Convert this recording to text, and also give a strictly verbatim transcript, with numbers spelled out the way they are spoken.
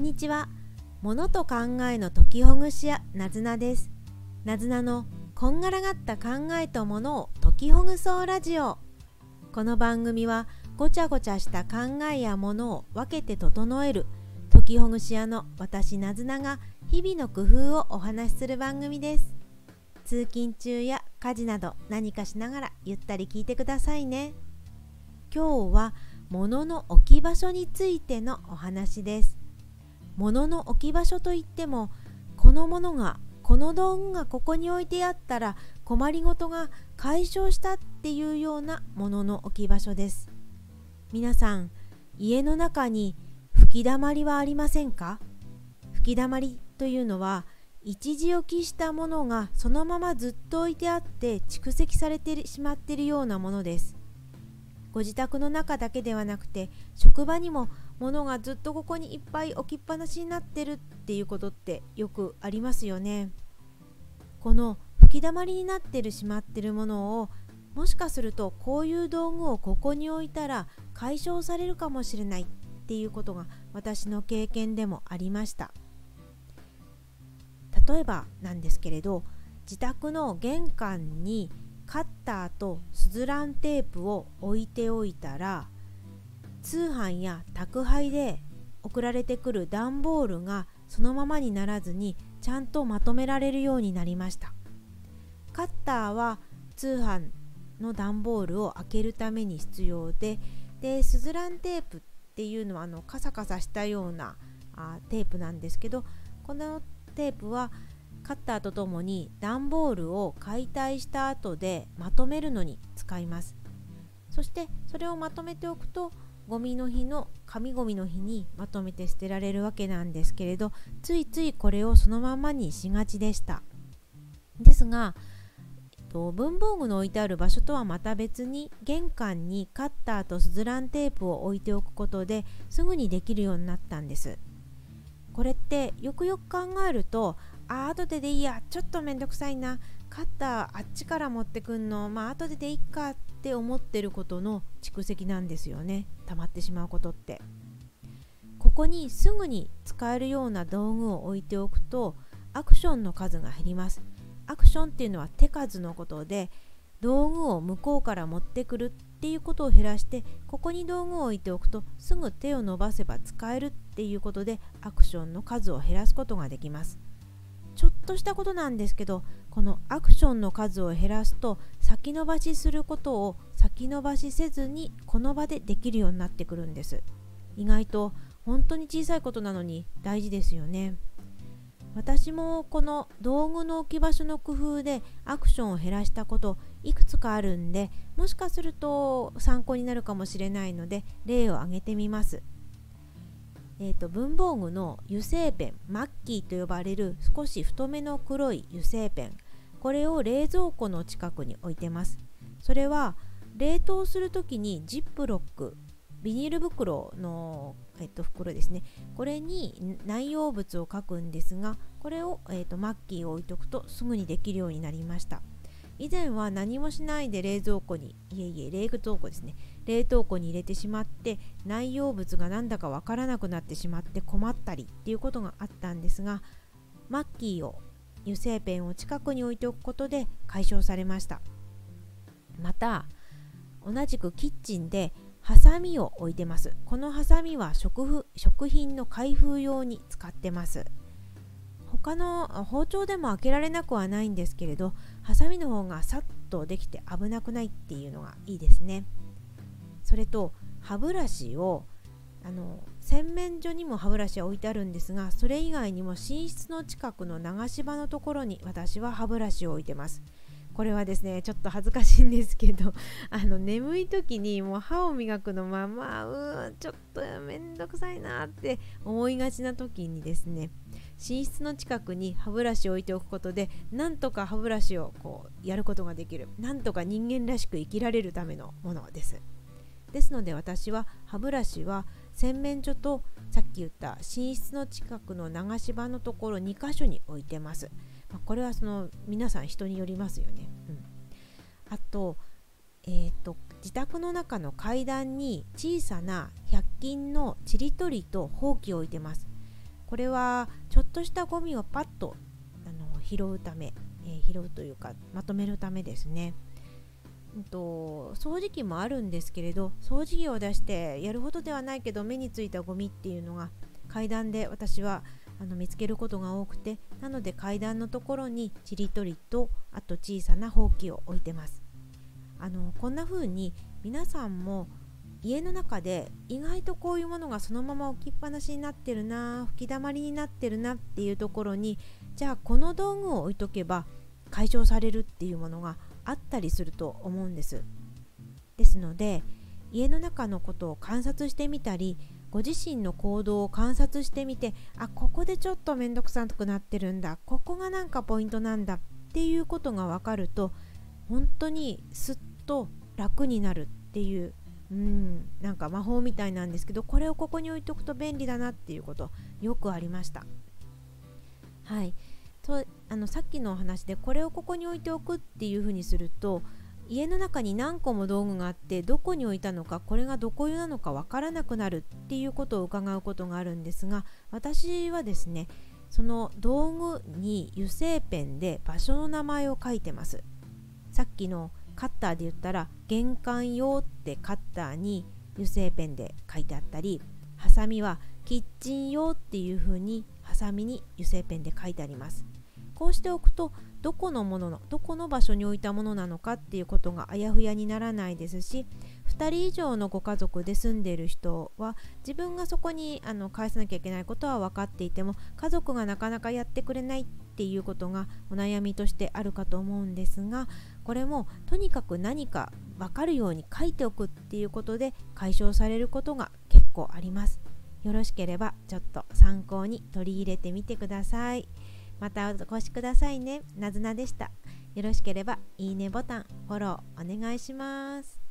にちは。物と考えの解きほぐし屋なずなです。なずなのこんがらがった考えとものを解きほぐそうラジオ。この番組はごちゃごちゃした考えやものを分けて整える解きほぐし屋の私なずなが日々の工夫をお話しする番組です。通勤中や家事など何かしながらゆったり聞いてくださいね。今日は物の置き場所についてのお話です。物の置き場所といっても、このものがこの道具がここに置いてあったら困りごとが解消したっていうようなものの置き場所です。皆さん、家の中に吹きだまりはありませんか？吹きだまりというのは、一時置きしたものがそのままずっと置いてあって蓄積されてしまっているようなものです。ご自宅の中だけではなくて、職場にも物がずっとここにいっぱい置きっぱなしになってるっていうことってよくありますよね。この吹きだまりになってるしまってるものを、もしかするとこういう道具をここに置いたら解消されるかもしれないっていうことが私の経験でもありました。例えばなんですけれど、自宅の玄関にカッターとスズランテープを置いておいたら、通販や宅配で送られてくる段ボールがそのままにならずにちゃんとまとめられるようになりました。カッターは通販の段ボールを開けるために必要で、でスズランテープっていうのはあのカサカサしたようなあテープなんですけど、このテープはカッターとともに段ボールを解体した後でまとめるのに使います。そしてそれをまとめておくと、ゴミの日の紙ゴミの日にまとめて捨てられるわけなんですけれど、ついついこれをそのままにしがちでした。ですが、文房具の置いてある場所とはまた別に、玄関にカッターとスズランテープを置いておくことですぐにできるようになったんです。これってよくよく考えると、あ後ででいいや、ちょっとめんどくさいな、カッターあっちから持ってくんの、まあ後ででいいかって思ってることの蓄積なんですよね。溜まってしまうことって。ここにすぐに使えるような道具を置いておくと、アクションの数が減ります。アクションっていうのは手数のことで、道具を向こうから持ってくるっていうことを減らして、ここに道具を置いておくとすぐ手を伸ばせば使えるっていうことで、アクションの数を減らすことができます。ちょっとしたことなんですけど、このアクションの数を減らすと、先延ばしすることを先延ばしせずにこの場でできるようになってくるんです。意外と本当に小さいことなのに大事ですよね。私もこの道具の置き場所の工夫でアクションを減らしたこといくつかあるんで、もしかすると参考になるかもしれないので例を挙げてみます。えーと、文房具の油性ペン、マッキーと呼ばれる少し太めの黒い油性ペン、これを冷蔵庫の近くに置いてます。それは冷凍するときにジップロック、ビニール袋の、えーと、袋ですね、これに内容物を書くんですが、これを、えーと、マッキーを置いておくとすぐにできるようになりました。以前は何もしないで冷蔵庫に、いえいえ冷蔵庫ですね、冷凍庫に入れてしまって、内容物がなんだかわからなくなってしまって困ったりっていうことがあったんですが、マッキーを、油性ペンを近くに置いておくことで解消されました。また同じくキッチンでハサミを置いてます。このハサミは 食, 食品の開封用に使ってます。他の包丁でも開けられなくはないんですけれど、ハサミの方がさっとできて危なくないっていうのがいいですね。それと歯ブラシを、あの洗面所にも歯ブラシは置いてあるんですが、それ以外にも寝室の近くの流し場のところに私は歯ブラシを置いてます。これはですね、ちょっと恥ずかしいんですけど、あの眠い時にもう歯を磨くのままうーちょっとめんどくさいなって思いがちな時にですね、寝室の近くに歯ブラシを置いておくことで、なんとか歯ブラシをこうやることができる、なんとか人間らしく生きられるためのものです。ですので私は歯ブラシは洗面所とさっき言った寝室の近くの流し場のところにかしょに置いてます。まあ、これはその皆さん人によりますよね。うん、あと、えーと、自宅の中の階段に小さなひゃく均のちりとりとほうきを置いてます。 これはちょっとしたゴミをパッとあの拾うため、えー、拾うというかまとめるためですね。うんと掃除機もあるんですけれど、掃除機を出してやるほどではないけど目についたゴミっていうのが階段で私はあの見つけることが多くて、なので階段のところにちりとりとあと小さなほうきを置いてます。あのこんな風に皆さんも家の中で意外とこういうものがそのまま置きっぱなしになってるな、吹き溜まりになってるなっていうところに、じゃあこの道具を置いとけば解消されるっていうものがあったりすると思うんです。ですので家の中のことを観察してみたり、ご自身の行動を観察してみて、あ、ここでちょっとめんどくさくなってるんだ、ここがなんかポイントなんだっていうことが分かると、本当にすっと楽になるっていう、うん、なんか魔法みたいなんですけど、これをここに置いとくと便利だなっていうことよくありました。はいとあのさっきのお話でこれをここに置いておくっていうふうにすると、家の中に何個も道具があってどこに置いたのか、これがどこなのかわからなくなるっていうことを伺うことがあるんですが、私はですね、その道具に油性ペンで場所の名前を書いてます。さっきのカッターで言ったら玄関用ってカッターに油性ペンで書いてあったり、ハサミはキッチン用っていう風にハサミに油性ペンで書いてあります。こうしておくとどこのもののどこの場所に置いたものなのかっていうことがあやふやにならないですし、ふたり以上のご家族で住んでいる人は自分がそこにあの返さなきゃいけないことは分かっていても、家族がなかなかやってくれないっていうことがお悩みとしてあるかと思うんですが、これもとにかく何か分かるように書いておくっていうことで解消されることが結構あります。よろしければちょっと参考に取り入れてみてください。またお越しくださいね。なずなでした。よろしければいいねボタン、フォローお願いします。